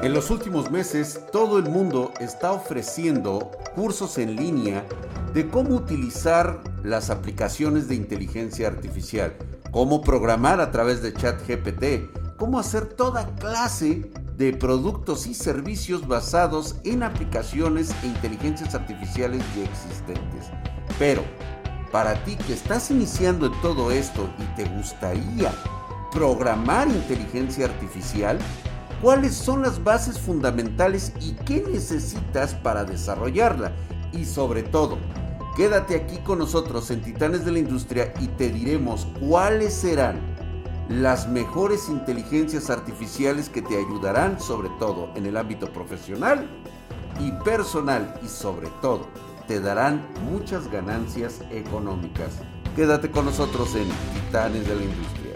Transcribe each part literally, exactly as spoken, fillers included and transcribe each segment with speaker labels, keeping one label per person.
Speaker 1: En los últimos meses, todo el mundo está ofreciendo cursos en línea de cómo utilizar las aplicaciones de inteligencia artificial, cómo programar a través de ChatGPT, cómo hacer toda clase de productos y servicios basados en aplicaciones e inteligencias artificiales ya existentes. Pero, para ti que estás iniciando en todo esto y te gustaría programar inteligencia artificial, ¿cuáles son las bases fundamentales y qué necesitas para desarrollarla? Y sobre todo, quédate aquí con nosotros en Titanes de la Industria y te diremos cuáles serán las mejores inteligencias artificiales que te ayudarán, sobre todo en el ámbito profesional y personal, y sobre todo te darán muchas ganancias económicas. Quédate con nosotros en Titanes de la Industria.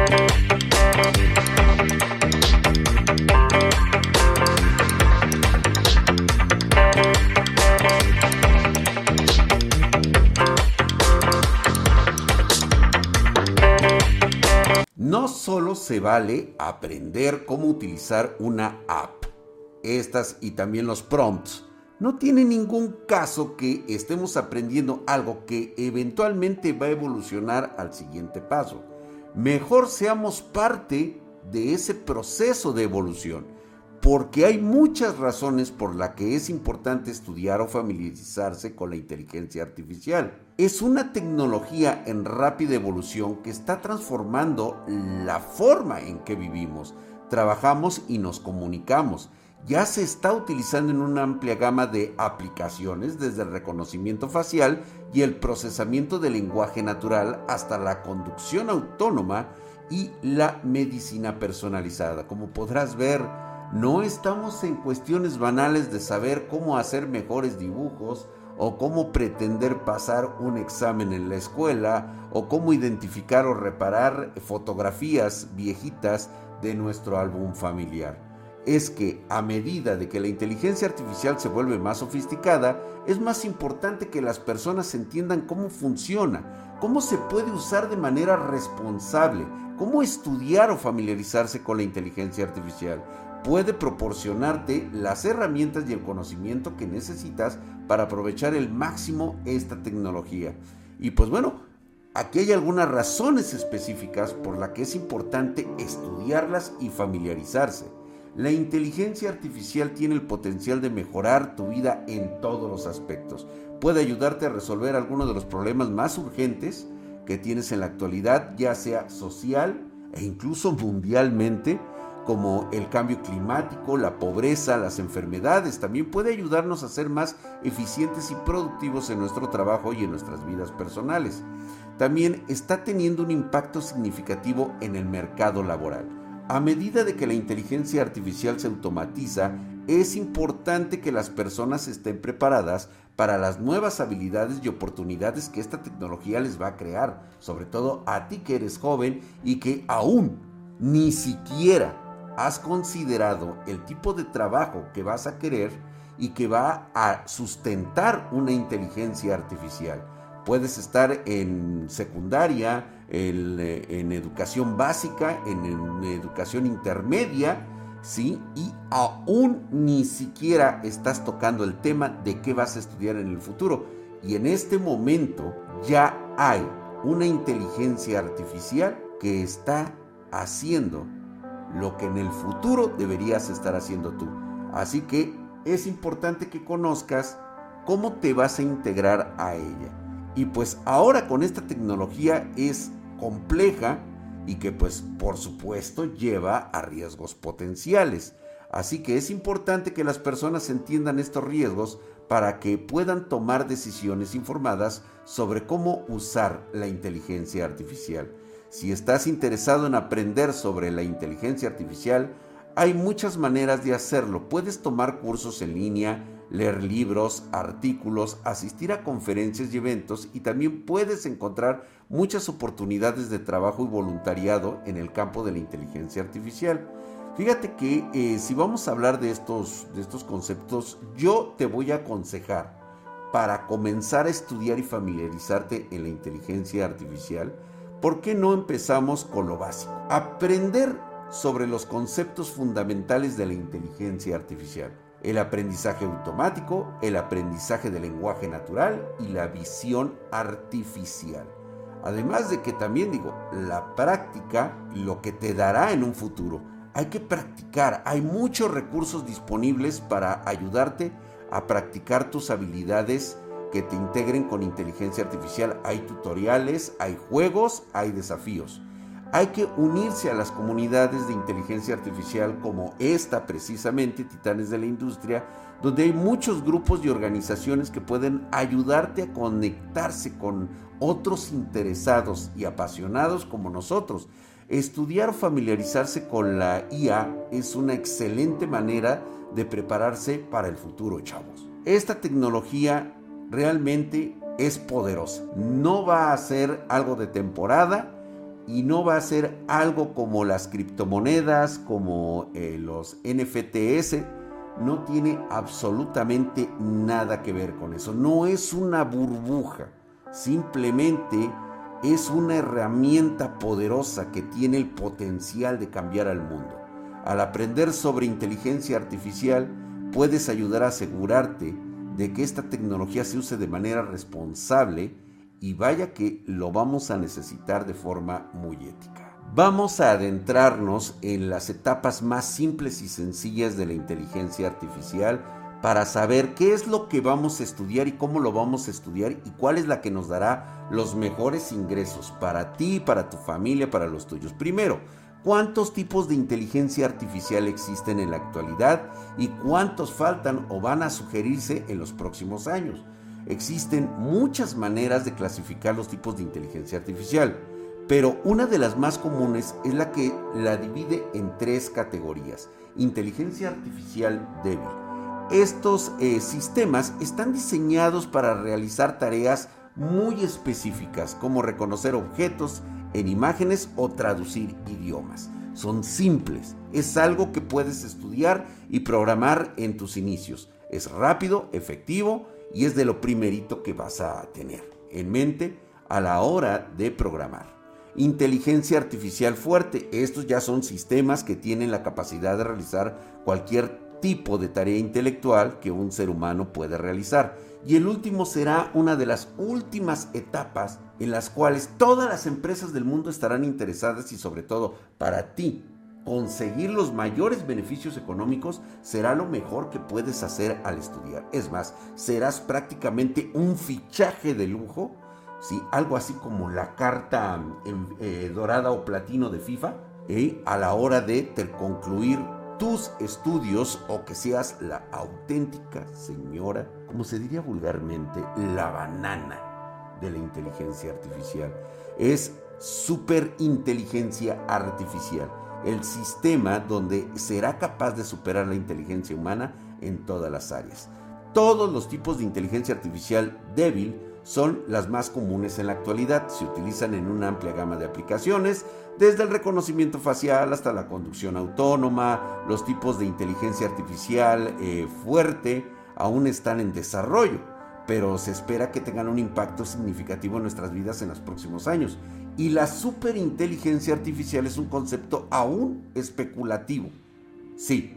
Speaker 1: No solo se vale aprender cómo utilizar una app. Estas y también los prompts no tiene ningún caso que estemos aprendiendo algo que eventualmente va a evolucionar al siguiente paso. Mejor seamos parte de ese proceso de evolución, porque hay muchas razones por las que es importante estudiar o familiarizarse con la inteligencia artificial. Es una tecnología en rápida evolución que está transformando la forma en que vivimos, trabajamos y nos comunicamos. Ya se está utilizando en una amplia gama de aplicaciones, desde el reconocimiento facial y el procesamiento del lenguaje natural hasta la conducción autónoma y la medicina personalizada. Como podrás ver, no estamos en cuestiones banales de saber cómo hacer mejores dibujos o cómo pretender pasar un examen en la escuela o cómo identificar o reparar fotografías viejitas de nuestro álbum familiar. Es que a medida de que la inteligencia artificial se vuelve más sofisticada, es más importante que las personas entiendan cómo funciona, cómo se puede usar de manera responsable, cómo estudiar o familiarizarse con la inteligencia artificial. Puede proporcionarte las herramientas y el conocimiento que necesitas para aprovechar el máximo esta tecnología. Y pues bueno, aquí hay algunas razones específicas por las que es importante estudiarlas y familiarizarse. La inteligencia artificial tiene el potencial de mejorar tu vida en todos los aspectos. Puede ayudarte a resolver algunos de los problemas más urgentes que tienes en la actualidad, ya sea social e incluso mundialmente, como el cambio climático, la pobreza, las enfermedades. También puede ayudarnos a ser más eficientes y productivos en nuestro trabajo y en nuestras vidas personales. También está teniendo un impacto significativo en el mercado laboral. A medida de que la inteligencia artificial se automatiza, es importante que las personas estén preparadas para las nuevas habilidades y oportunidades que esta tecnología les va a crear, sobre todo a ti que eres joven y que aún ni siquiera has considerado el tipo de trabajo que vas a querer y que va a sustentar una inteligencia artificial. Puedes estar en secundaria, en, en educación básica, en, en educación intermedia, ¿sí? Y aún ni siquiera estás tocando el tema de qué vas a estudiar en el futuro. Y en este momento ya hay una inteligencia artificial que está haciendo lo que en el futuro deberías estar haciendo tú. Así que es importante que conozcas cómo te vas a integrar a ella. Y pues ahora con esta tecnología es compleja y que pues por supuesto lleva a riesgos potenciales. Así que es importante que las personas entiendan estos riesgos para que puedan tomar decisiones informadas sobre cómo usar la inteligencia artificial. Si estás interesado en aprender sobre la inteligencia artificial, hay muchas maneras de hacerlo. Puedes tomar cursos en línea, leer libros, artículos, asistir a conferencias y eventos, y también puedes encontrar muchas oportunidades de trabajo y voluntariado en el campo de la inteligencia artificial. Fíjate que eh, si vamos a hablar de estos, de estos conceptos, yo te voy a aconsejar para comenzar a estudiar y familiarizarte en la inteligencia artificial, ¿por qué no empezamos con lo básico? Aprender sobre los conceptos fundamentales de la inteligencia artificial: el aprendizaje automático, el aprendizaje del lenguaje natural y la visión artificial. Además de que también digo, la práctica, lo que te dará en un futuro. Hay que practicar, hay muchos recursos disponibles para ayudarte a practicar tus habilidades que te integren con inteligencia artificial. Hay tutoriales, hay juegos, hay desafíos. Hay que unirse a las comunidades de inteligencia artificial como esta precisamente, Titanes de la Industria, donde hay muchos grupos y organizaciones que pueden ayudarte a conectarse con otros interesados y apasionados como nosotros. Estudiar o familiarizarse con la I A es una excelente manera de prepararse para el futuro, chavos. Esta tecnología realmente es poderosa. No va a ser algo de temporada y no va a ser algo como las criptomonedas, como eh, los N F T S. No tiene absolutamente nada que ver con eso. No es una burbuja. Simplemente es una herramienta poderosa que tiene el potencial de cambiar al mundo. Al aprender sobre inteligencia artificial, puedes ayudar a asegurarte de que esta tecnología se use de manera responsable, y vaya que lo vamos a necesitar de forma muy ética. Vamos a adentrarnos en las etapas más simples y sencillas de la inteligencia artificial para saber qué es lo que vamos a estudiar y cómo lo vamos a estudiar y cuál es la que nos dará los mejores ingresos para ti, para tu familia, para los tuyos. Primero, ¿cuántos tipos de inteligencia artificial existen en la actualidad y cuántos faltan o van a sugerirse en los próximos años? Existen muchas maneras de clasificar los tipos de inteligencia artificial, pero una de las más comunes es la que la divide en tres categorías. Inteligencia artificial débil. Estos eh, sistemas están diseñados para realizar tareas muy específicas, como reconocer objetos en imágenes o traducir idiomas. Son simples, es algo que puedes estudiar y programar en tus inicios. Es rápido, efectivo y es de lo primerito que vas a tener en mente a la hora de programar. Inteligencia artificial fuerte. Estos ya son sistemas que tienen la capacidad de realizar cualquier tipo de tarea intelectual que un ser humano puede realizar. Y el último será una de las últimas etapas en las cuales todas las empresas del mundo estarán interesadas, y sobre todo para ti, conseguir los mayores beneficios económicos será lo mejor que puedes hacer al estudiar. Es más, serás prácticamente un fichaje de lujo, ¿sí? Algo así como la carta eh, dorada o platino de FIFA, ¿eh? a la hora de ter- concluir tus estudios, o que seas la auténtica señora, como se diría vulgarmente, la banana de la inteligencia artificial. Es superinteligencia artificial, el sistema donde será capaz de superar la inteligencia humana en todas las áreas. Todos los tipos de inteligencia artificial débil son las más comunes en la actualidad. Se utilizan en una amplia gama de aplicaciones, desde el reconocimiento facial hasta la conducción autónoma. Los tipos de inteligencia artificial eh, fuerte aún están en desarrollo, pero se espera que tengan un impacto significativo en nuestras vidas en los próximos años. Y la superinteligencia artificial es un concepto aún especulativo. Sí,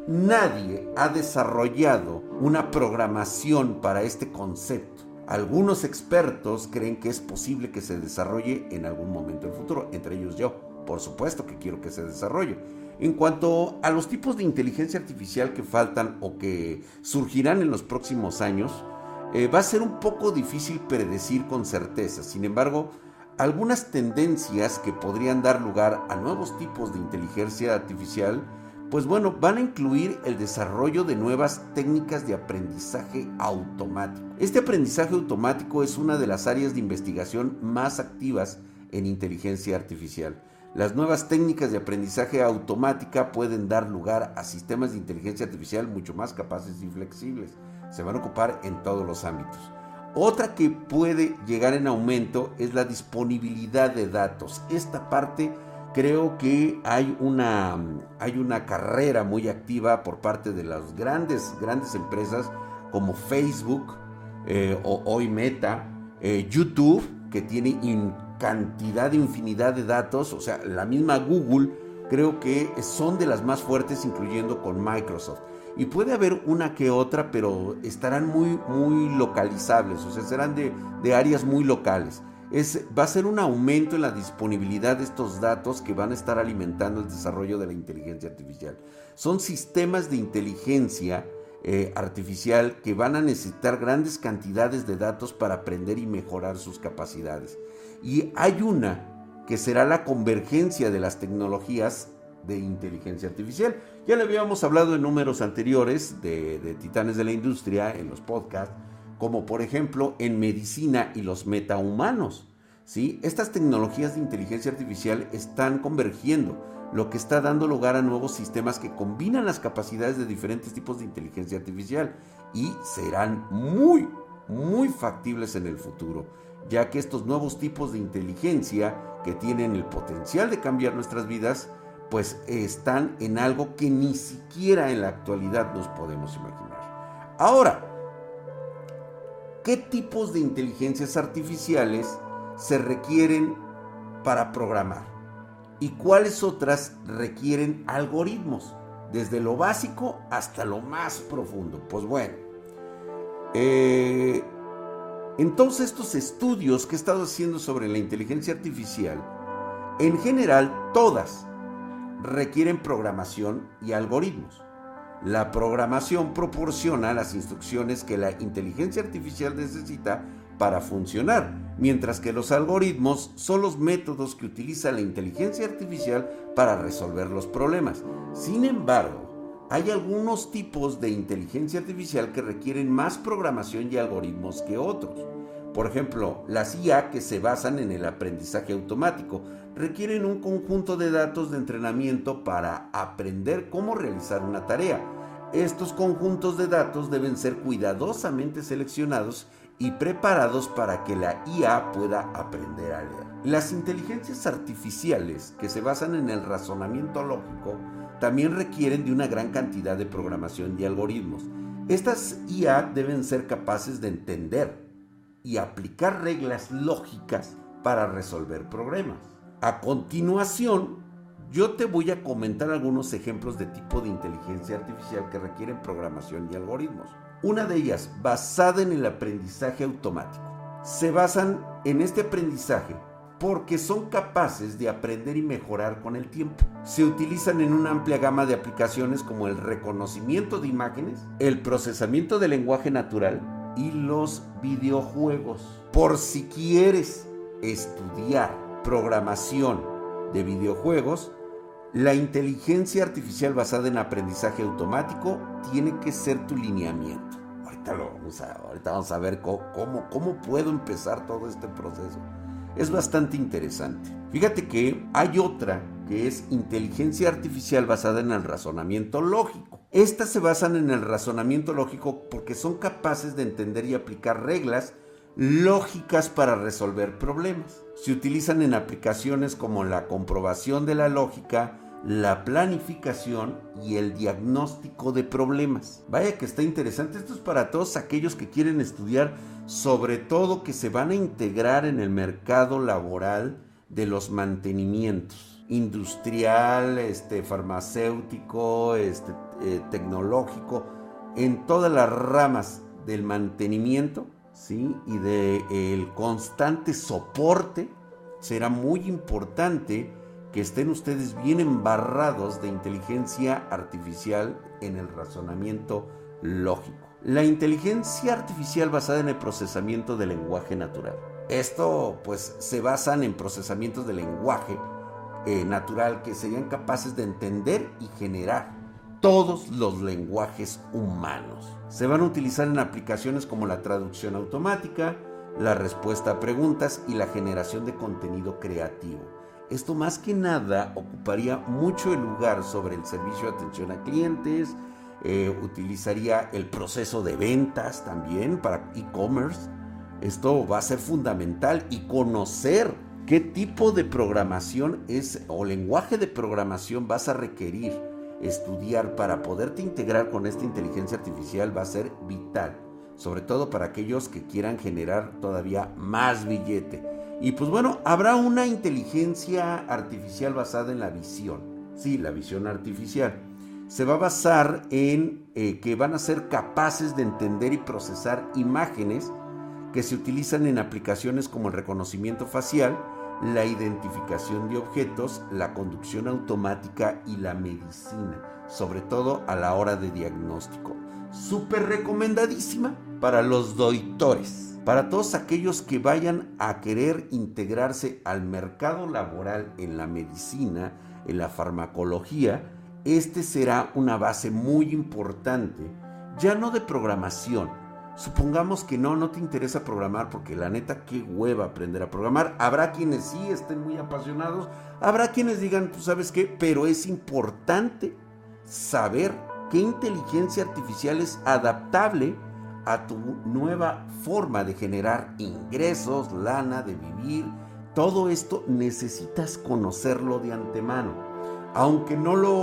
Speaker 1: nadie ha desarrollado una programación para este concepto. Algunos expertos creen que es posible que se desarrolle en algún momento del futuro, entre ellos yo. Por supuesto que quiero que se desarrolle. En cuanto a los tipos de inteligencia artificial que faltan o que surgirán en los próximos años, eh, va a ser un poco difícil predecir con certeza. Sin embargo, algunas tendencias que podrían dar lugar a nuevos tipos de inteligencia artificial, pues bueno, van a incluir el desarrollo de nuevas técnicas de aprendizaje automático. Este aprendizaje automático es una de las áreas de investigación más activas en inteligencia artificial. Las nuevas técnicas de aprendizaje automática pueden dar lugar a sistemas de inteligencia artificial mucho más capaces y flexibles. Se van a ocupar en todos los ámbitos. Otra que puede llegar en aumento es la disponibilidad de datos. Esta parte creo que hay una, hay una carrera muy activa por parte de las grandes, grandes empresas como Facebook, eh, o hoy Meta, eh, YouTube, que tiene in, cantidad de infinidad de datos. O sea, la misma Google creo que son de las más fuertes, incluyendo con Microsoft. Y puede haber una que otra, pero estarán muy, muy localizables, o sea, serán de, de áreas muy locales. Es, va a ser un aumento en la disponibilidad de estos datos que van a estar alimentando el desarrollo de la inteligencia artificial. Son sistemas de inteligencia eh, artificial que van a necesitar grandes cantidades de datos para aprender y mejorar sus capacidades. Y hay una que será la convergencia de las tecnologías de inteligencia artificial. Ya le habíamos hablado en números anteriores de, de titanes de la industria en los podcasts, como por ejemplo en medicina y los metahumanos, ¿sí? Estas tecnologías de inteligencia artificial están convergiendo, lo que está dando lugar a nuevos sistemas que combinan las capacidades de diferentes tipos de inteligencia artificial y serán muy, muy factibles en el futuro, ya que estos nuevos tipos de inteligencia que tienen el potencial de cambiar nuestras vidas, pues están en algo que ni siquiera en la actualidad nos podemos imaginar. Ahora, ¿qué tipos de inteligencias artificiales se requieren para programar? ¿Y cuáles otras requieren algoritmos? Desde lo básico hasta lo más profundo. Pues bueno, eh, en todos estos estudios que he estado haciendo sobre la inteligencia artificial, en general todas requieren programación y algoritmos. La programación proporciona las instrucciones que la inteligencia artificial necesita para funcionar, mientras que los algoritmos son los métodos que utiliza la inteligencia artificial para resolver los problemas. Sin embargo, hay algunos tipos de inteligencia artificial que requieren más programación y algoritmos que otros. Por ejemplo, las I A que se basan en el aprendizaje automático requieren un conjunto de datos de entrenamiento para aprender cómo realizar una tarea. Estos conjuntos de datos deben ser cuidadosamente seleccionados y preparados para que la I A pueda aprender a leer. Las inteligencias artificiales que se basan en el razonamiento lógico también requieren de una gran cantidad de programación y algoritmos. Estas I A deben ser capaces de entender y aplicar reglas lógicas para resolver problemas. A continuación, yo te voy a comentar algunos ejemplos de tipo de inteligencia artificial que requieren programación y algoritmos. Una de ellas, basada en el aprendizaje automático. Se basan en este aprendizaje porque son capaces de aprender y mejorar con el tiempo. Se utilizan en una amplia gama de aplicaciones como el reconocimiento de imágenes, el procesamiento del lenguaje natural y los videojuegos. Por si quieres estudiar programación de videojuegos, la inteligencia artificial basada en aprendizaje automático tiene que ser tu lineamiento. Ahorita, lo vamos, a, ahorita vamos a ver cómo, cómo, cómo puedo empezar todo este proceso. Es bastante interesante. Fíjate que hay otra que es inteligencia artificial basada en el razonamiento lógico. Estas se basan en el razonamiento lógico porque son capaces de entender y aplicar reglas lógicas para resolver problemas. Se utilizan en aplicaciones como la comprobación de la lógica, la planificación y el diagnóstico de problemas. Vaya que está interesante. Esto es para todos aquellos que quieren estudiar, sobre todo que se van a integrar en el mercado laboral de los mantenimientos industrial, este, farmacéutico, este, eh, tecnológico, en todas las ramas del mantenimiento, ¿sí? Y del constante soporte. Será muy importante que estén ustedes bien embarrados de inteligencia artificial en el razonamiento lógico. La inteligencia artificial basada en el procesamiento del lenguaje natural. Esto pues se basan en procesamientos de lenguaje eh, natural que serían capaces de entender y generar todos los lenguajes humanos. Se van a utilizar en aplicaciones como la traducción automática, la respuesta a preguntas y la generación de contenido creativo. Esto más que nada ocuparía mucho el lugar sobre el servicio de atención a clientes, eh, utilizaría el proceso de ventas también para e-commerce. Esto va a ser fundamental, y conocer qué tipo de programación es o lenguaje de programación vas a requerir estudiar para poderte integrar con esta inteligencia artificial va a ser vital, sobre todo para aquellos que quieran generar todavía más billete. Y pues bueno, habrá una inteligencia artificial basada en la visión. Sí, la visión artificial. Se va a basar en eh, que van a ser capaces de entender y procesar imágenes que se utilizan en aplicaciones como el reconocimiento facial, la identificación de objetos, la conducción automática y la medicina, sobre todo a la hora de diagnóstico. Súper recomendadísima para los doctores, para todos aquellos que vayan a querer integrarse al mercado laboral en la medicina, en la farmacología. Este será una base muy importante, ya no de programación. Supongamos que no, no te interesa programar porque la neta qué hueva aprender a programar. Habrá quienes sí estén muy apasionados, habrá quienes digan, tú sabes qué, pero es importante saber qué inteligencia artificial es adaptable a tu nueva forma de generar ingresos, lana, de vivir. Todo esto necesitas conocerlo de antemano. Aunque no lo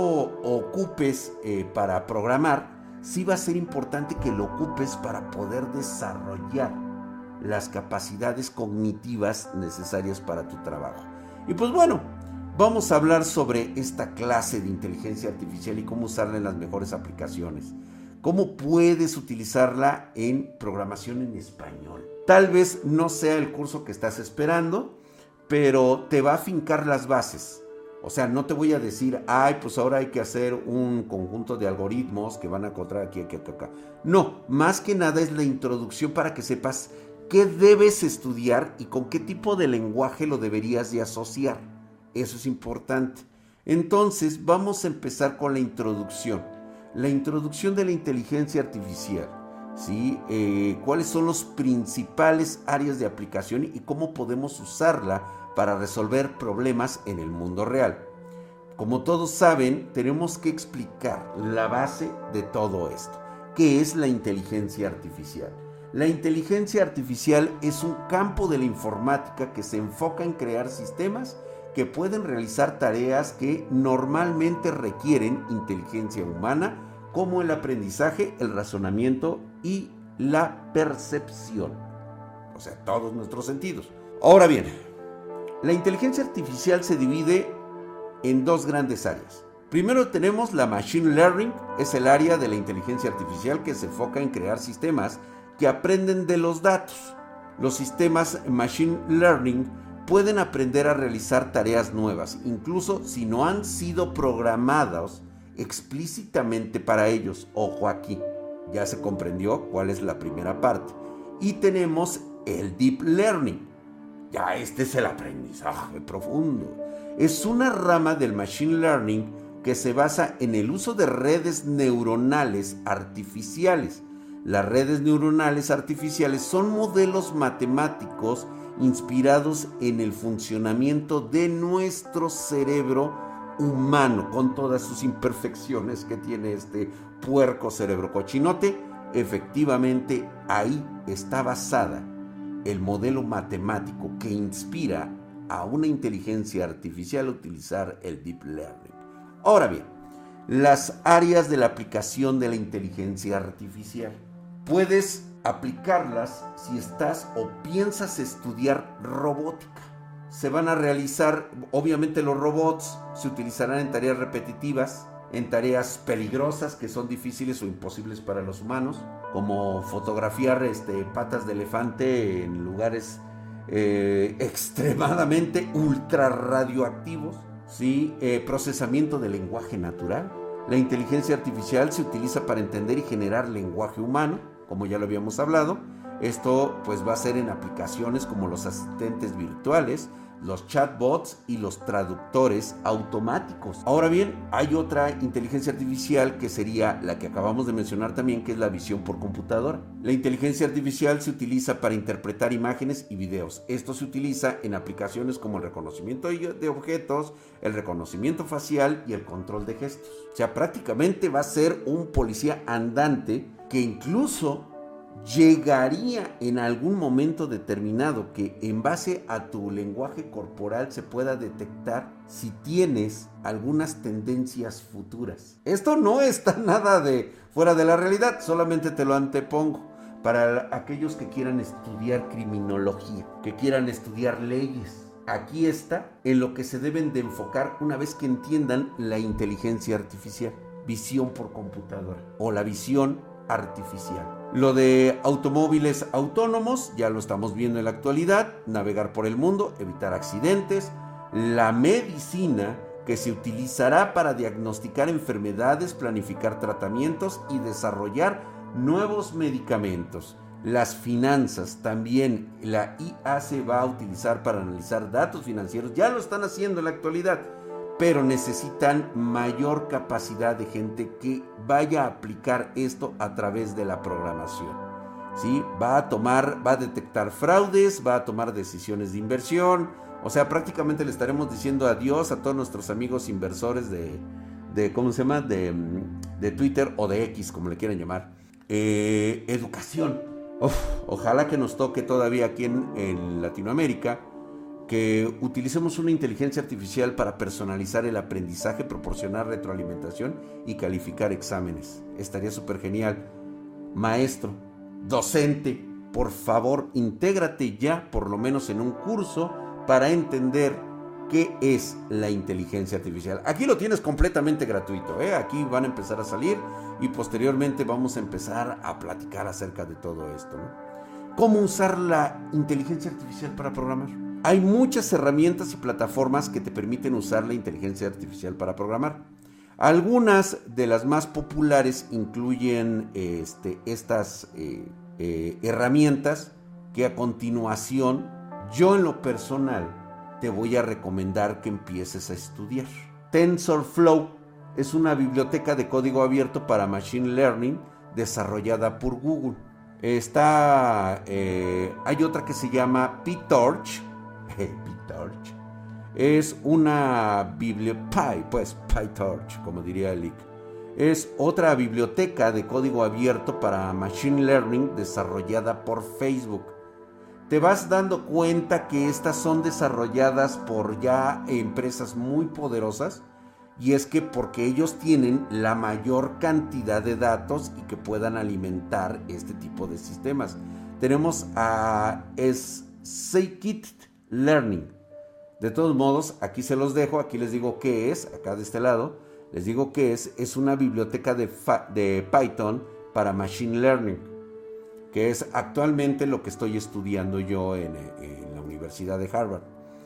Speaker 1: ocupes eh, para programar, sí va a ser importante que lo ocupes para poder desarrollar las capacidades cognitivas necesarias para tu trabajo. Y pues bueno, vamos a hablar sobre esta clase de inteligencia artificial y cómo usarla en las mejores aplicaciones. Cómo puedes utilizarla en programación en español. Tal vez no sea el curso que estás esperando, pero te va a fincar las bases. O sea, no te voy a decir, ay, pues ahora hay que hacer un conjunto de algoritmos que van a encontrar aquí, aquí, aquí, acá. No, más que nada es la introducción para que sepas qué debes estudiar y con qué tipo de lenguaje lo deberías de asociar. Eso es importante. Entonces, vamos a empezar con la introducción. La introducción de la inteligencia artificial. ¿Sí? Eh, ¿Cuáles son los principales áreas de aplicación y cómo podemos usarla para resolver problemas en el mundo real? Como todos saben, tenemos que explicar la base de todo esto. ¿Qué es la inteligencia artificial? La inteligencia artificial es un campo de la informática que se enfoca en crear sistemas que pueden realizar tareas que normalmente requieren inteligencia humana, como el aprendizaje, el razonamiento y la percepción. O sea, todos nuestros sentidos. Ahora bien, la inteligencia artificial se divide en dos grandes áreas. Primero tenemos la Machine Learning, es el área de la inteligencia artificial que se enfoca en crear sistemas que aprenden de los datos. Los sistemas Machine Learning pueden aprender a realizar tareas nuevas, incluso si no han sido programados explícitamente para ellos. Ojo aquí, ya se comprendió cuál es la primera parte. Y tenemos el Deep Learning. Ya este es el aprendizaje profundo. Es una rama del Machine Learning que se basa en el uso de redes neuronales artificiales. Las redes neuronales artificiales son modelos matemáticos inspirados en el funcionamiento de nuestro cerebro humano, con todas sus imperfecciones que tiene este puerco cerebro cochinote. Efectivamente, ahí está basada el modelo matemático que inspira a una inteligencia artificial a utilizar el Deep Learning. Ahora bien, las áreas de la aplicación de la inteligencia artificial. Puedes aplicarlas si estás o piensas estudiar robótica. Se van a realizar, obviamente los robots se utilizarán en tareas repetitivas, en tareas peligrosas que son difíciles o imposibles para los humanos, como fotografiar este, patas de elefante en lugares eh, extremadamente ultra radioactivos, ¿sí? eh, procesamiento de lenguaje natural. La inteligencia artificial se utiliza para entender y generar lenguaje humano, como ya lo habíamos hablado. Esto pues va a ser en aplicaciones como los asistentes virtuales, los chatbots y los traductores automáticos. Ahora bien, hay otra inteligencia artificial que sería la que acabamos de mencionar también, que es la visión por computadora. La inteligencia artificial se utiliza para interpretar imágenes y videos. Esto se utiliza en aplicaciones como el reconocimiento de objetos, el reconocimiento facial y el control de gestos. O sea, prácticamente va a ser un policía andante que incluso llegaría en algún momento determinado que en base a tu lenguaje corporal se pueda detectar si tienes algunas tendencias futuras. Esto no está nada de fuera de la realidad, solamente te lo antepongo para aquellos que quieran estudiar criminología, que quieran estudiar leyes, aquí está en lo que se deben de enfocar una vez que entiendan la inteligencia artificial, visión por computadora o la visión artificial. Lo de automóviles autónomos ya lo estamos viendo en la actualidad, navegar por el mundo, evitar accidentes, la medicina que se utilizará para diagnosticar enfermedades, planificar tratamientos y desarrollar nuevos medicamentos. Las finanzas, también la I A se va a utilizar para analizar datos financieros, ya lo están haciendo en la actualidad, pero necesitan mayor capacidad de gente que vaya a aplicar esto a través de la programación. ¿Sí? Va a tomar, va a detectar fraudes, va a tomar decisiones de inversión, o sea, prácticamente le estaremos diciendo adiós a todos nuestros amigos inversores de, de ¿cómo se llama? De, de Twitter o de X, como le quieran llamar. Eh, educación. Uf, ojalá que nos toque todavía aquí en, en Latinoamérica que utilicemos una inteligencia artificial para personalizar el aprendizaje, proporcionar retroalimentación y calificar exámenes. Estaría súper genial. Maestro, docente, por favor, intégrate ya por lo menos en un curso para entender qué es la inteligencia artificial. Aquí lo tienes completamente gratuito, ¿eh? Aquí van a empezar a salir y posteriormente vamos a empezar a platicar acerca de todo esto, ¿no? ¿Cómo usar la inteligencia artificial para programar? Hay muchas herramientas y plataformas que te permiten usar la inteligencia artificial para programar. Algunas de las más populares incluyen este, estas eh, eh, herramientas que a continuación yo en lo personal te voy a recomendar que empieces a estudiar. TensorFlow es una biblioteca de código abierto para Machine Learning desarrollada por Google. Está, eh, hay otra que se llama PyTorch. PyTorch. Es una biblioteca, pues PyTorch, como diría Lick. Es otra biblioteca de código abierto para Machine Learning desarrollada por Facebook. Te vas dando cuenta que estas son desarrolladas por ya empresas muy poderosas, y es que porque ellos tienen la mayor cantidad de datos y que puedan alimentar este tipo de sistemas. Tenemos a Scikit-Learning. De todos modos, aquí se los dejo, aquí les digo qué es, acá de este lado, les digo qué es, es una biblioteca de, de Python para Machine Learning, que es actualmente lo que estoy estudiando yo en, en la Universidad de Harvard.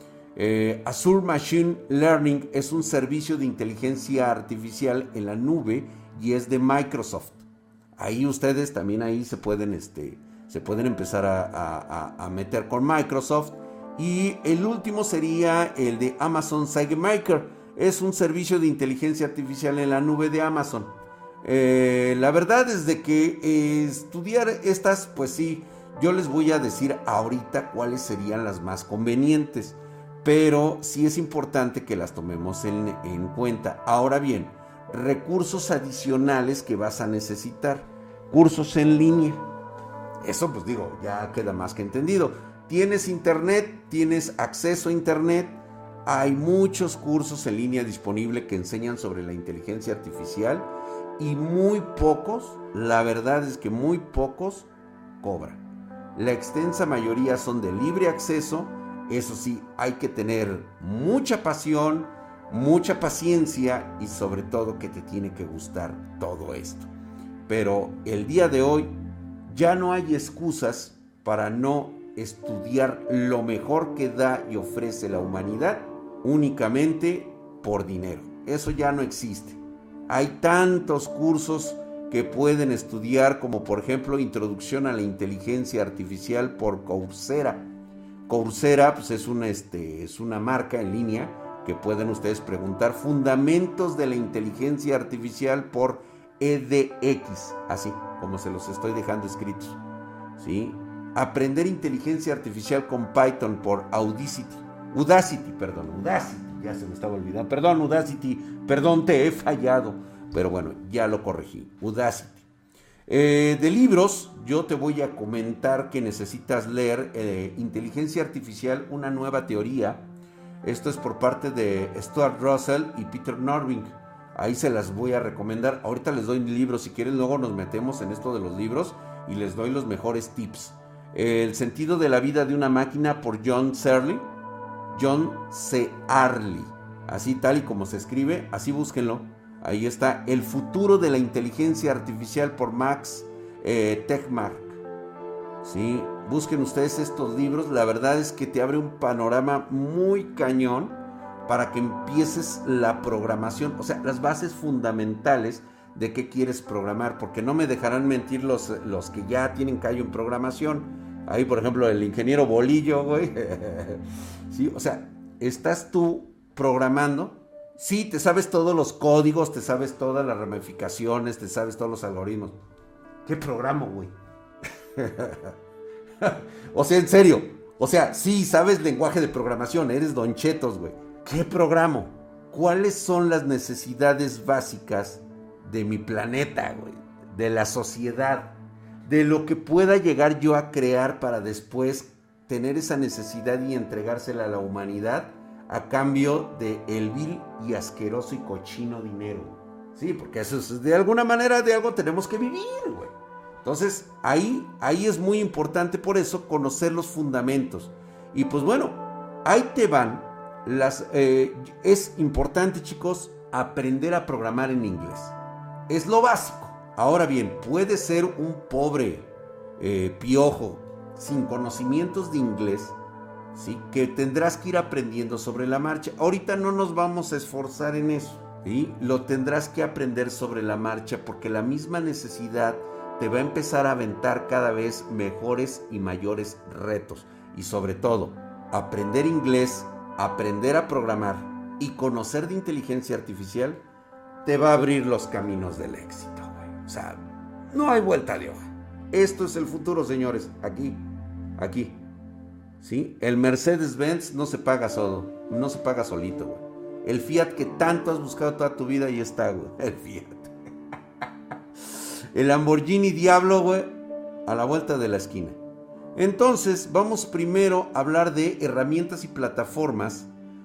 Speaker 1: Eh, Azure Machine Learning es un servicio de inteligencia artificial en la nube y es de Microsoft. Ahí ustedes también ahí se pueden, este, se pueden empezar a, a, a meter con Microsoft. Y el último sería el de Amazon SageMaker. Es un servicio de inteligencia artificial en la nube de Amazon. Eh, la verdad es de que eh, estudiar estas, pues sí, yo les voy a decir ahorita cuáles serían las más convenientes, pero sí es importante que las tomemos en, en cuenta. Ahora bien, recursos adicionales que vas a necesitar, cursos en línea, eso pues digo, ya queda más que entendido. Tienes internet, tienes acceso a internet, hay muchos cursos en línea disponibles que enseñan sobre la inteligencia artificial. Y muy pocos, la verdad es que muy pocos cobran. La extensa mayoría son de libre acceso. Eso sí, hay que tener mucha pasión, mucha paciencia y sobre todo que te tiene que gustar todo esto. Pero el día de hoy ya no hay excusas para no estudiar lo mejor que da y ofrece la humanidad únicamente por dinero. Eso ya no existe. Hay tantos cursos que pueden estudiar, como por ejemplo Introducción a la Inteligencia Artificial por Coursera. Coursera pues es, una, este, es una marca en línea que pueden ustedes preguntar. Fundamentos de la Inteligencia Artificial por E D X, así como se los estoy dejando escritos, ¿sí? Aprender Inteligencia Artificial con Python por Audacity. Udacity, perdón, Udacity. Ya se me estaba olvidando. Perdón, Udacity. Perdón, te he fallado. Pero bueno, ya lo corregí. Udacity. Eh, de libros, yo te voy a comentar que necesitas leer eh, Inteligencia Artificial, una nueva teoría. Esto es por parte de Stuart Russell y Peter Norvig. Ahí se las voy a recomendar. Ahorita les doy libros. Si quieren, luego nos metemos en esto de los libros y les doy los mejores tips. El sentido de la vida de una máquina por John Searle. John C. Arley. Así tal y como se escribe, así búsquenlo. Ahí está, El futuro de la inteligencia artificial por Max eh, Tegmark. Sí, busquen ustedes estos libros. La verdad es que te abre un panorama muy cañón para que empieces la programación. O sea, las bases fundamentales de qué quieres programar. Porque no me dejarán mentir los, los que ya tienen callo en programación. Ahí, por ejemplo, el ingeniero Bolillo, güey. Sí, o sea, estás tú programando. Sí, te sabes todos los códigos, te sabes todas las ramificaciones, te sabes todos los algoritmos. ¿Qué programo, güey? O sea, en serio. O sea, sí, sabes lenguaje de programación, eres Don Chetos, güey. ¿Qué programo? ¿Cuáles son las necesidades básicas de mi planeta, güey? De la sociedad. De lo que pueda llegar yo a crear para después tener esa necesidad y entregársela a la humanidad a cambio de el vil y asqueroso y cochino dinero. Sí, porque eso es, de alguna manera de algo tenemos que vivir, güey. Entonces, ahí, ahí es muy importante por eso conocer los fundamentos. Y pues bueno, ahí te van las... Eh, es importante, chicos, aprender a programar en inglés. Es lo básico. Ahora bien, puede ser un pobre eh, piojo sin conocimientos de inglés, ¿sí? Que tendrás que ir aprendiendo sobre la marcha. Ahorita no nos vamos a esforzar en eso, ¿sí? Lo tendrás que aprender sobre la marcha porque la misma necesidad te va a empezar a aventar cada vez mejores y mayores retos. Y sobre todo, aprender inglés, aprender a programar y conocer de inteligencia artificial te va a abrir los caminos del éxito, güey. O sea, no hay vuelta de hoja. Esto es el futuro, señores. Aquí, aquí. ¿Sí? El Mercedes-Benz no se paga solo, no se paga solito, güey. El Fiat que tanto has buscado toda tu vida, ahí está, güey. El Fiat. El Lamborghini Diablo, güey, a la vuelta de la esquina. Entonces, vamos primero a hablar de herramientas y plataformas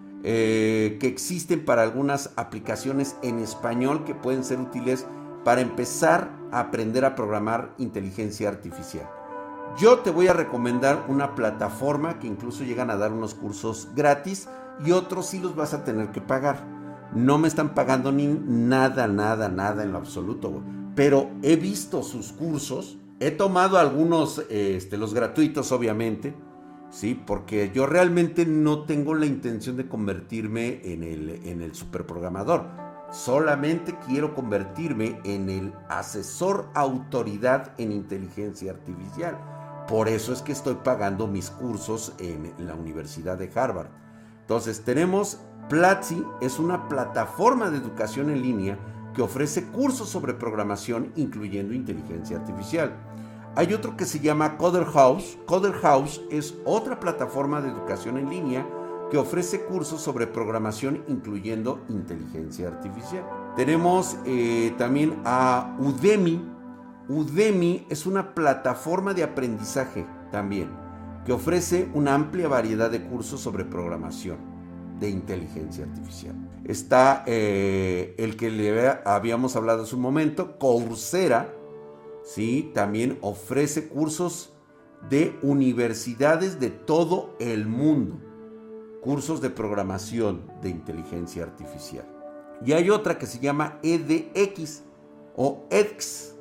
Speaker 1: eh, que existen para algunas aplicaciones en español que pueden ser útiles para empezar a aprender a programar inteligencia artificial. Yo te voy a recomendar una plataforma que incluso llegan a dar unos cursos gratis y otros sí los vas a tener que pagar. No me están pagando ni nada, nada, nada en lo absoluto, güey. Pero he visto sus cursos, he tomado algunos, este, los gratuitos obviamente, ¿sí? Porque yo realmente no tengo la intención de convertirme en el, en el superprogramador. Solamente quiero convertirme en el asesor autoridad en inteligencia artificial. Por eso es que estoy pagando mis cursos en la Universidad de Harvard. Entonces tenemos Platzi, es una plataforma de educación en línea que ofrece cursos sobre programación incluyendo inteligencia artificial. Hay otro que se llama Coder House. Coder House es otra plataforma de educación en línea que ofrece cursos sobre programación incluyendo inteligencia artificial. Tenemos eh, también a Udemy. Udemy es una plataforma de aprendizaje también que ofrece una amplia variedad de cursos sobre programación de inteligencia artificial. Está eh, el que le habíamos hablado hace un momento, Coursera, ¿sí? También ofrece cursos de universidades de todo el mundo, cursos de programación de inteligencia artificial. Y hay otra que se llama edX o edX.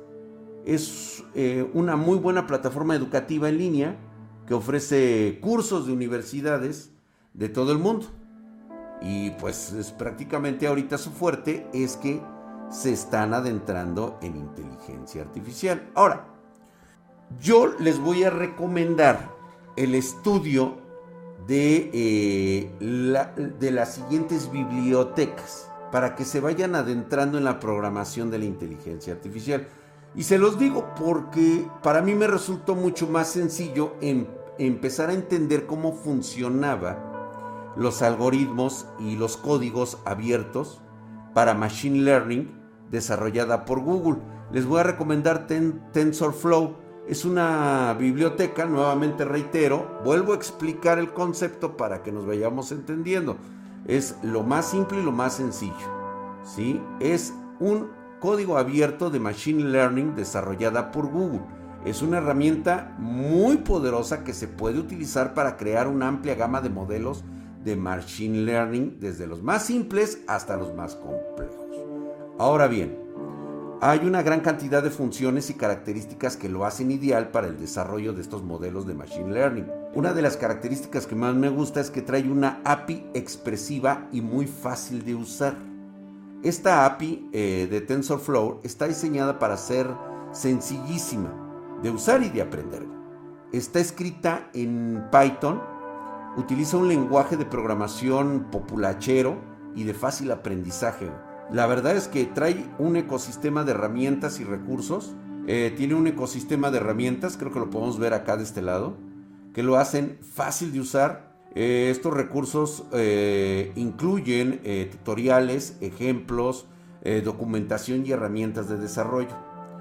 Speaker 1: Es eh, una muy buena plataforma educativa en línea que ofrece cursos de universidades de todo el mundo. Y pues es prácticamente ahorita su fuerte es que se están adentrando en inteligencia artificial. Ahora, yo les voy a recomendar el estudio de, eh, la, de las siguientes bibliotecas para que se vayan adentrando en la programación de la inteligencia artificial. Y se los digo porque para mí me resultó mucho más sencillo en, empezar a entender cómo funcionaba los algoritmos y los códigos abiertos para Machine Learning desarrollada por Google. Les voy a recomendar Ten, TensorFlow. Es una biblioteca, nuevamente reitero, vuelvo a explicar el concepto para que nos vayamos entendiendo. Es lo más simple y lo más sencillo, ¿sí? Es un código abierto de Machine Learning desarrollada por Google. Es una herramienta muy poderosa que se puede utilizar para crear una amplia gama de modelos de Machine Learning, desde los más simples hasta los más complejos. Ahora bien, hay una gran cantidad de funciones y características que lo hacen ideal para el desarrollo de estos modelos de Machine Learning. Una de las características que más me gusta es que trae una A P I expresiva y muy fácil de usar. Esta A P I eh, de TensorFlow está diseñada para ser sencillísima de usar y de aprender. Está escrita en Python, utiliza un lenguaje de programación populachero y de fácil aprendizaje. La verdad es que trae un ecosistema de herramientas y recursos. Eh, tiene un ecosistema de herramientas, creo que lo podemos ver acá de este lado, que lo hacen fácil de usar. Eh, estos recursos eh, incluyen eh, tutoriales, ejemplos, eh, documentación y herramientas de desarrollo.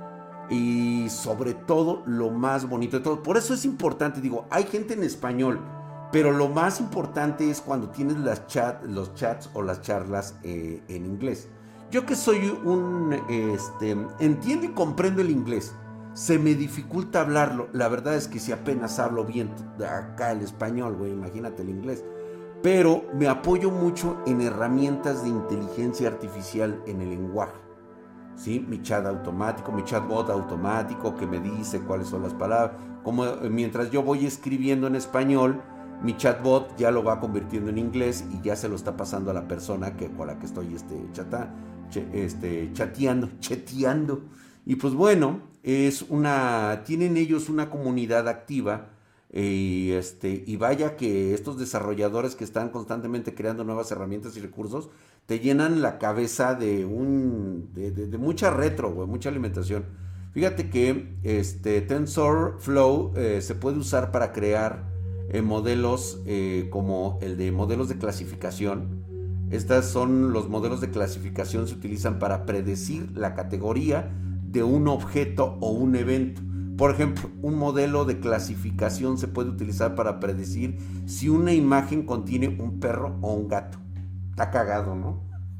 Speaker 1: Y sobre todo, lo más bonito de todo, por eso es importante, digo, hay gente en español, pero lo más importante es cuando tienes las chat, los chats o las charlas eh, en inglés. Yo que soy un, este, entiendo y comprendo el inglés, se me dificulta hablarlo. La verdad es que si apenas hablo bien acá el español, güey, imagínate el inglés. Pero me apoyo mucho en herramientas de inteligencia artificial en el lenguaje. ¿Sí? Mi chat automático, mi chatbot automático que me dice cuáles son las palabras. Como mientras yo voy escribiendo en español, mi chatbot ya lo va convirtiendo en inglés y ya se lo está pasando a la persona que, con la que estoy este, chata, ch, este, chateando, chateando. Y pues bueno, es una, tienen ellos una comunidad activa y, este, y vaya que estos desarrolladores que están constantemente creando nuevas herramientas y recursos te llenan la cabeza de, un, de, de, de mucha retro, güey, mucha alimentación. Fíjate que este, TensorFlow eh, se puede usar para crear eh, modelos eh, como el de modelos de clasificación. Estos son los modelos de clasificación, se utilizan para predecir la categoría de un objeto o un evento. Por ejemplo, un modelo de clasificación se puede utilizar para predecir si una imagen contiene un perro o un gato. Está cagado, ¿no?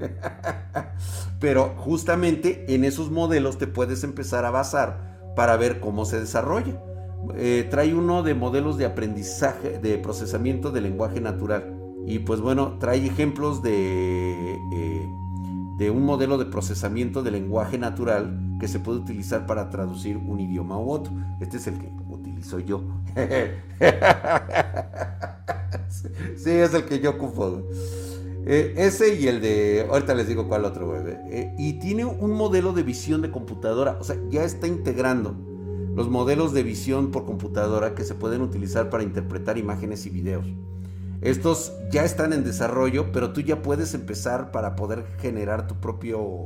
Speaker 1: Pero justamente en esos modelos te puedes empezar a basar para ver cómo se desarrolla. Eh, trae uno de modelos de aprendizaje, de procesamiento de lenguaje natural. Y pues bueno, trae ejemplos de, eh, de un modelo de procesamiento de lenguaje natural que se puede utilizar para traducir un idioma u otro. Este es el que utilizo yo. Sí, es el que yo ocupo. Eh, ese y el de, ahorita les digo cuál otro, güey. Eh, y tiene un modelo de visión de computadora, o sea, ya está integrando los modelos de visión por computadora que se pueden utilizar para interpretar imágenes y videos. Estos ya están en desarrollo, pero tú ya puedes empezar para poder generar tu propio,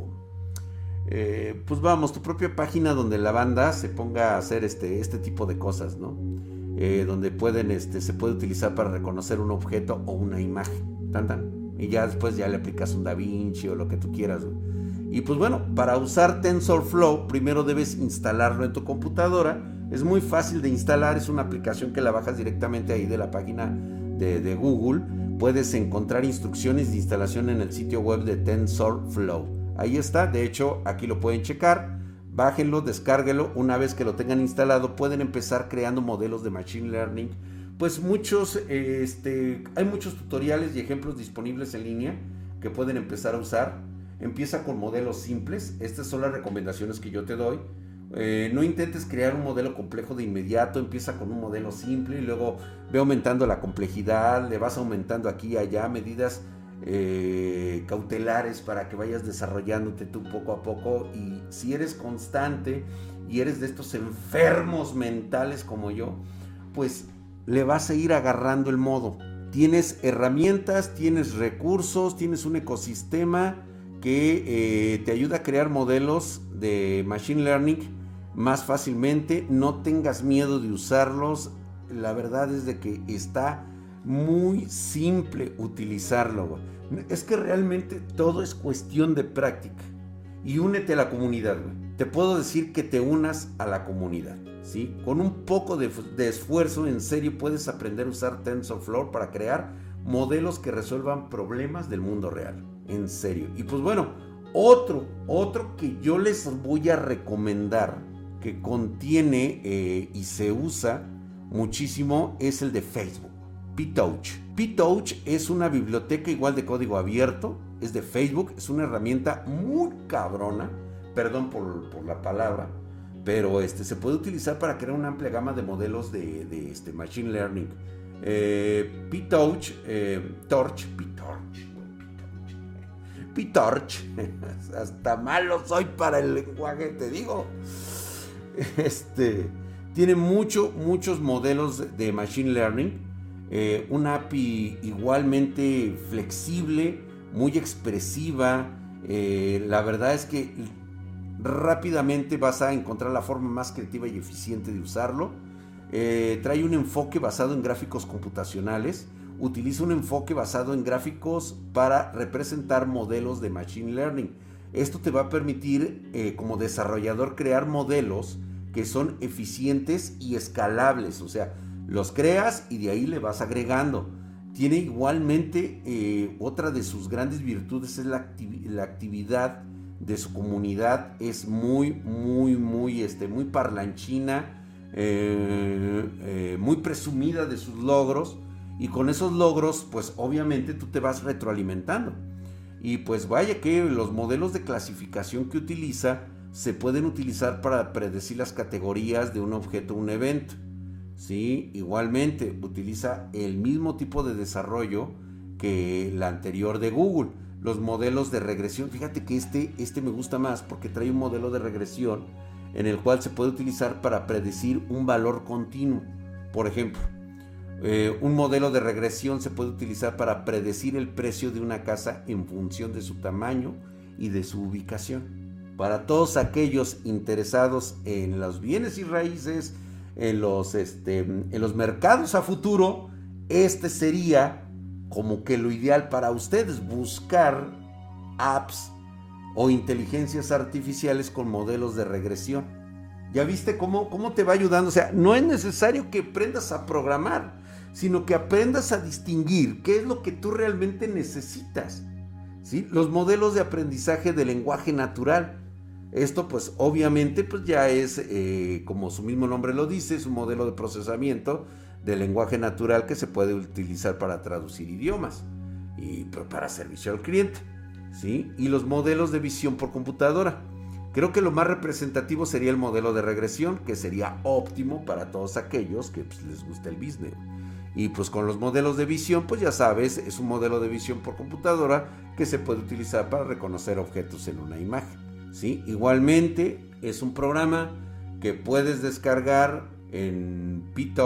Speaker 1: eh, pues vamos, tu propia página donde la banda se ponga a hacer este, este tipo de cosas, ¿no? Eh, donde pueden, este, se puede utilizar para reconocer un objeto o una imagen, tan tan. Y ya después ya le aplicas un DaVinci o lo que tú quieras, güey. Y pues bueno, para usar TensorFlow primero debes instalarlo en tu computadora. Es muy fácil de instalar, es una aplicación que la bajas directamente ahí de la página de, de Google. Puedes encontrar instrucciones de instalación en el sitio web de TensorFlow. Ahí está, de hecho aquí lo pueden checar. Bájenlo, descárguenlo. Una vez que lo tengan instalado pueden empezar creando modelos de Machine Learning. Pues muchos, este, hay muchos tutoriales y ejemplos disponibles en línea que pueden empezar a usar. Empieza con modelos simples. Estas son las recomendaciones que yo te doy. Eh, no intentes crear un modelo complejo de inmediato. Empieza con un modelo simple y luego ve aumentando la complejidad. Le vas aumentando aquí y allá medidas eh, cautelares para que vayas desarrollándote tú poco a poco. Y si eres constante y eres de estos enfermos mentales como yo, pues le vas a ir agarrando el modo. Tienes herramientas, tienes recursos, tienes un ecosistema que eh, te ayuda a crear modelos de Machine Learning más fácilmente. No tengas miedo de usarlos. La verdad es de que está muy simple utilizarlo. Es que realmente todo es cuestión de práctica. Y únete a la comunidad, güey. Te puedo decir que te unas a la comunidad, ¿sí? Con un poco de, de esfuerzo, en serio, puedes aprender a usar TensorFlow para crear modelos que resuelvan problemas del mundo real. En serio. Y pues bueno, otro, otro que yo les voy a recomendar, que contiene eh, y se usa muchísimo, es el de Facebook. PyTorch. PyTorch es una biblioteca igual de código abierto, es de Facebook, es una herramienta muy cabrona, perdón por, por la palabra, pero este, se puede utilizar para crear una amplia gama de modelos de, de este, Machine Learning. Eh, PyTorch, eh, Torch, PyTorch, PyTorch, hasta malo soy para el lenguaje, te digo. Este, tiene mucho, muchos modelos de Machine Learning, eh, una A P I igualmente flexible, muy expresiva. Eh, la verdad es que rápidamente vas a encontrar la forma más creativa y eficiente de usarlo. Eh, trae un enfoque basado en gráficos computacionales, utiliza un enfoque basado en gráficos para representar modelos de Machine Learning. Esto te va a permitir eh, como desarrollador crear modelos que son eficientes y escalables, o sea, los creas y de ahí le vas agregando. Tiene igualmente eh, otra de sus grandes virtudes es la, acti- la actividad de su comunidad, es muy, muy, muy, este, muy parlanchina, eh, eh, muy presumida de sus logros, y con esos logros pues obviamente tú te vas retroalimentando. Y pues vaya que los modelos de clasificación que utiliza se pueden utilizar para predecir las categorías de un objeto o un evento. ¿Sí? Igualmente utiliza el mismo tipo de desarrollo que la anterior de Google. Los modelos de regresión, fíjate que este, este me gusta más porque trae un modelo de regresión en el cual se puede utilizar para predecir un valor continuo. Por ejemplo, eh, un modelo de regresión se puede utilizar para predecir el precio de una casa en función de su tamaño y de su ubicación. Para todos aquellos interesados en los bienes y raíces, en los, este, en los mercados a futuro, este sería como que lo ideal para ustedes, buscar apps o inteligencias artificiales con modelos de regresión. ¿Ya viste cómo, cómo te va ayudando? O sea, no es necesario que aprendas a programar, sino que aprendas a distinguir qué es lo que tú realmente necesitas. ¿Sí? Los modelos de aprendizaje de lenguaje natural. Esto pues obviamente pues ya es, eh, como su mismo nombre lo dice, es un modelo de procesamiento de lenguaje natural que se puede utilizar para traducir idiomas y para servicio al cliente, ¿sí? Y los modelos de visión por computadora. Creo que lo más representativo sería el modelo de regresión, que sería óptimo para todos aquellos que pues, les gusta el business. Y pues con los modelos de visión, pues ya sabes, es un modelo de visión por computadora que se puede utilizar para reconocer objetos en una imagen. ¿Sí? Igualmente es un programa que puedes descargar en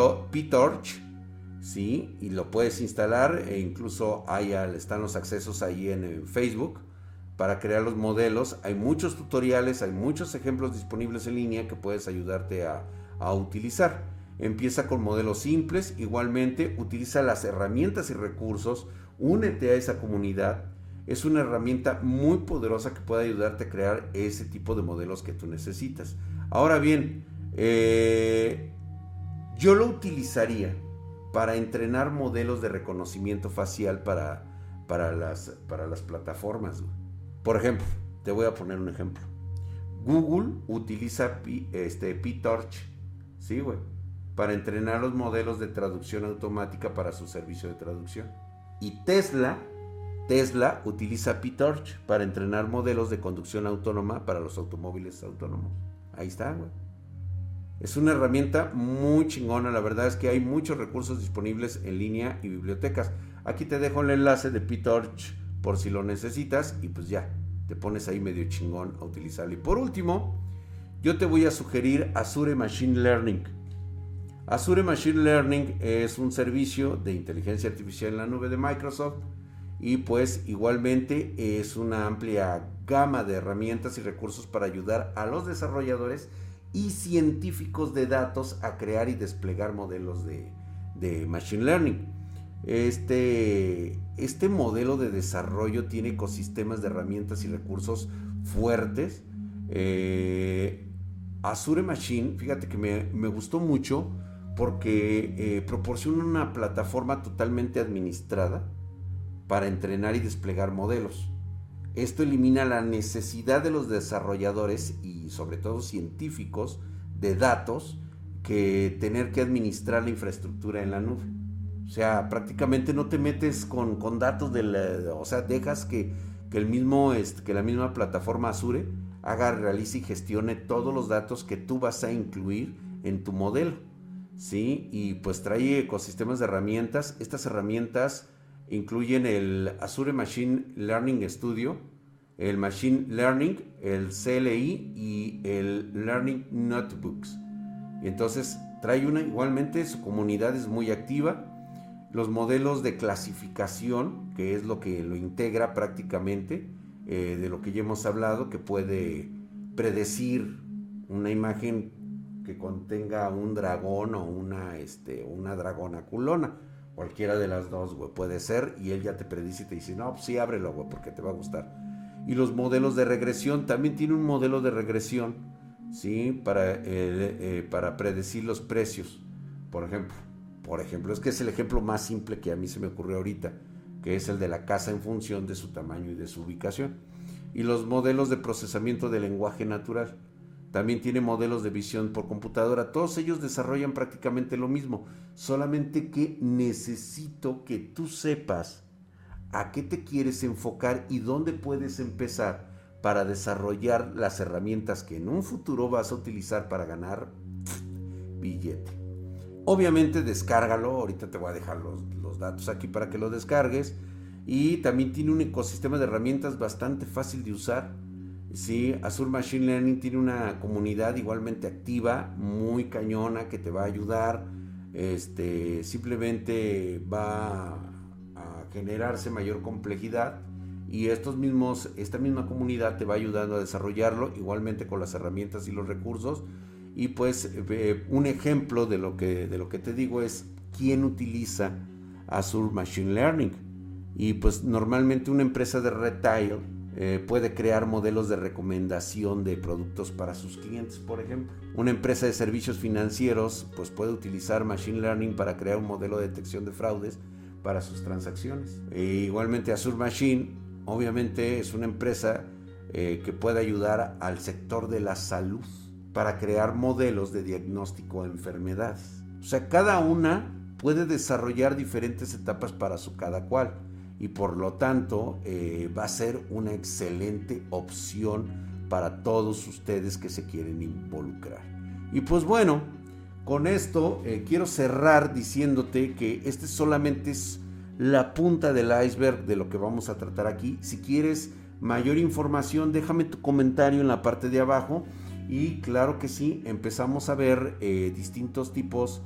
Speaker 1: PyTorch, ¿sí? Y lo puedes instalar, e incluso hay, están los accesos ahí en, en Facebook para crear los modelos. Hay muchos tutoriales, hay muchos ejemplos disponibles en línea que puedes ayudarte a, a utilizar. Empieza con modelos simples, igualmente utiliza las herramientas y recursos, únete a esa comunidad. Es una herramienta muy poderosa que puede ayudarte a crear ese tipo de modelos que tú necesitas. Ahora bien, eh, yo lo utilizaría para entrenar modelos de reconocimiento facial para, para, las, para las plataformas. Por ejemplo, te voy a poner un ejemplo. Google utiliza este, PyTorch, ¿sí, güey? Para entrenar los modelos de traducción automática para su servicio de traducción. Y Tesla... Tesla utiliza PyTorch para entrenar modelos de conducción autónoma para los automóviles autónomos. Ahí está, güey. Es una herramienta muy chingona. La verdad es que hay muchos recursos disponibles en línea y bibliotecas. Aquí te dejo el enlace de PyTorch por si lo necesitas y pues ya, te pones ahí medio chingón a utilizarlo. Y por último, yo te voy a sugerir Azure Machine Learning. Azure Machine Learning es un servicio de inteligencia artificial en la nube de Microsoft. Y pues igualmente es una amplia gama de herramientas y recursos para ayudar a los desarrolladores y científicos de datos a crear y desplegar modelos de, de Machine Learning. Este, este modelo de desarrollo tiene ecosistemas de herramientas y recursos fuertes. Eh, Azure Machine, fíjate que me, me gustó mucho porque eh, proporciona una plataforma totalmente administrada para entrenar y desplegar modelos. Esto elimina la necesidad de los desarrolladores y sobre todo científicos de datos que tener que administrar la infraestructura en la nube. sea, prácticamente no te metes con, con datos del, o sea, dejas que, que el mismo, este, que la misma plataforma Azure haga, realice y gestione todos los datos que tú vas a incluir en tu modelo, ¿sí? Y pues trae ecosistemas de herramientas. Estas herramientas incluyen el Azure Machine Learning Studio, el Machine Learning, el C L I y el Learning Notebooks. Y entonces trae una, igualmente su comunidad es muy activa. Los modelos de clasificación, que es lo que lo integra prácticamente, eh, de lo que ya hemos hablado, que puede predecir una imagen que contenga un dragón o una, este, una dragona culona. Cualquiera de las dos, güey, puede ser, y él ya te predice y te dice, no, pues sí, ábrelo, güey, porque te va a gustar. Y los modelos de regresión, también tiene un modelo de regresión, ¿sí? Para, eh, eh, para predecir los precios, por ejemplo. Por ejemplo, es que es el ejemplo más simple que a mí se me ocurrió ahorita, que es el de la casa en función de su tamaño y de su ubicación. Y los modelos de procesamiento de lenguaje natural. También tiene modelos de visión por computadora. Todos ellos desarrollan prácticamente lo mismo, solamente que necesito que tú sepas a qué te quieres enfocar y dónde puedes empezar para desarrollar las herramientas que en un futuro vas a utilizar para ganar billete. Obviamente descárgalo, ahorita te voy a dejar los, los datos aquí para que lo descargues. Y también tiene un ecosistema de herramientas bastante fácil de usar. Sí, Azure Machine Learning tiene una comunidad igualmente activa, muy cañona, que te va a ayudar. Este, simplemente va a generarse mayor complejidad y estos mismos, esta misma comunidad te va ayudando a desarrollarlo, igualmente con las herramientas y los recursos. Y pues eh, un ejemplo de lo, que, de lo que te digo es quién utiliza Azure Machine Learning. Y pues normalmente una empresa de retail eh, puede crear modelos de recomendación de productos para sus clientes, por ejemplo. Una empresa de servicios financieros pues puede utilizar Machine Learning para crear un modelo de detección de fraudes para sus transacciones. E igualmente Azure Machine obviamente es una empresa eh, que puede ayudar al sector de la salud para crear modelos de diagnóstico de enfermedades. O sea, cada una puede desarrollar diferentes etapas para su cada cual y por lo tanto eh, va a ser una excelente opción para todos ustedes que se quieren involucrar. Y pues bueno, con esto eh, quiero cerrar diciéndote que este solamente es la punta del iceberg de lo que vamos a tratar aquí. Si quieres mayor información, déjame tu comentario en la parte de abajo. Y claro que sí, empezamos a ver eh, distintos tipos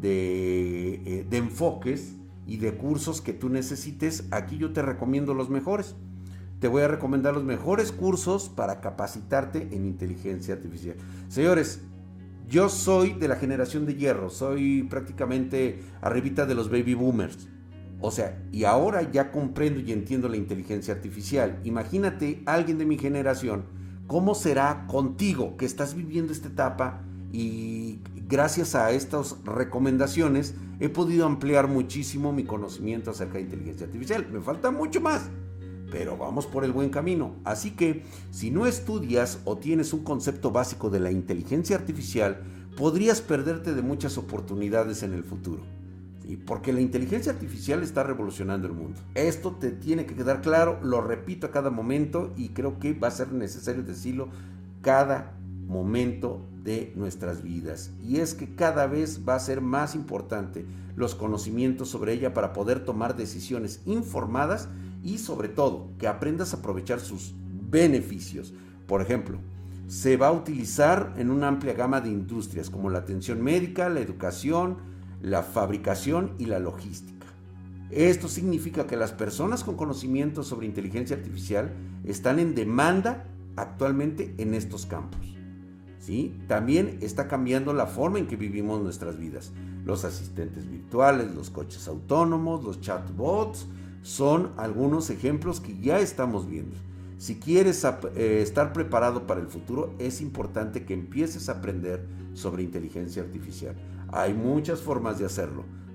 Speaker 1: de, eh, de enfoques y de cursos que tú necesites. Aquí yo te recomiendo los mejores. Te voy a recomendar los mejores cursos para capacitarte en inteligencia artificial. Señores, yo soy de la generación de hierro, soy prácticamente arribita de los baby boomers. O sea, y ahora ya comprendo y entiendo la inteligencia artificial. Imagínate alguien de mi generación. ¿Cómo será contigo que estás viviendo esta etapa? Y gracias a estas recomendaciones he podido ampliar muchísimo mi conocimiento acerca de inteligencia artificial. Me falta mucho más, pero vamos por el buen camino. Así que si no estudias o tienes un concepto básico de la inteligencia artificial, podrías perderte de muchas oportunidades en el futuro. ¿Sí? Porque la inteligencia artificial está revolucionando el mundo. Esto te tiene que quedar claro, lo repito a cada momento y creo que va a ser necesario decirlo cada momento de nuestras vidas. Y es que cada vez va a ser más importante los conocimientos sobre ella para poder tomar decisiones informadas y sobre todo que aprendas a aprovechar sus beneficios. Por ejemplo, se va a utilizar en una amplia gama de industrias como la atención médica, la educación, la fabricación y la logística. Esto significa que las personas con conocimiento sobre inteligencia artificial están en demanda actualmente en estos campos. ¿Sí? También está cambiando la forma en que vivimos nuestras vidas. Los asistentes virtuales, los coches autónomos, los chatbots son algunos ejemplos que ya estamos viendo. Si quieres eh, estar preparado para el futuro, es importante que empieces a aprender sobre inteligencia artificial. Hay muchas formas de hacerlo.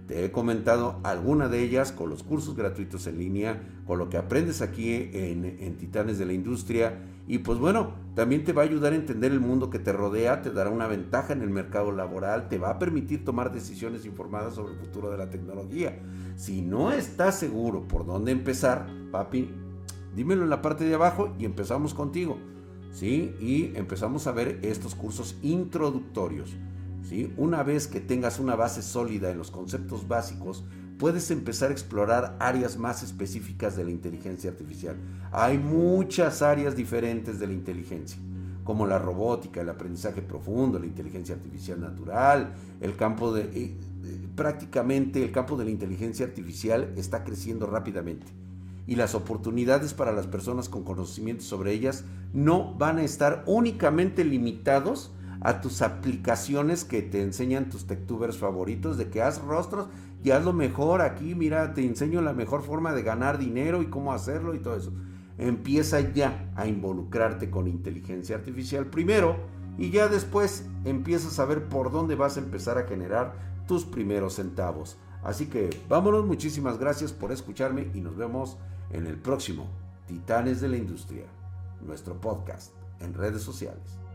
Speaker 1: Te he comentado alguna de ellas con los cursos gratuitos en línea, con lo que aprendes aquí en, en Titanes de la Industria. Y pues bueno, también te va a ayudar a entender el mundo que te rodea, te dará una ventaja en el mercado laboral, te va a permitir tomar decisiones informadas sobre el futuro de la tecnología. Si no estás seguro por dónde empezar, papi, dímelo en la parte de abajo y empezamos contigo, ¿sí? Y empezamos a ver estos cursos introductorios, ¿sí? Una vez que tengas una base sólida en los conceptos básicos, puedes empezar a explorar áreas más específicas de la inteligencia artificial. Hay muchas áreas diferentes de la inteligencia, como la robótica, el aprendizaje profundo, la inteligencia artificial natural, el campo de... Eh, prácticamente el campo de la inteligencia artificial está creciendo rápidamente. Y las oportunidades para las personas con conocimiento sobre ellas no van a estar únicamente limitados a tus aplicaciones que te enseñan tus techtubers favoritos, de que haz rostros y hazlo mejor aquí, mira, te enseño la mejor forma de ganar dinero y cómo hacerlo y todo eso. Empieza ya a involucrarte con inteligencia artificial primero y ya después empiezas a ver por dónde vas a empezar a generar tus primeros centavos. Así que vámonos, muchísimas gracias por escucharme y nos vemos en el próximo Titanes de la Industria, nuestro podcast en redes sociales.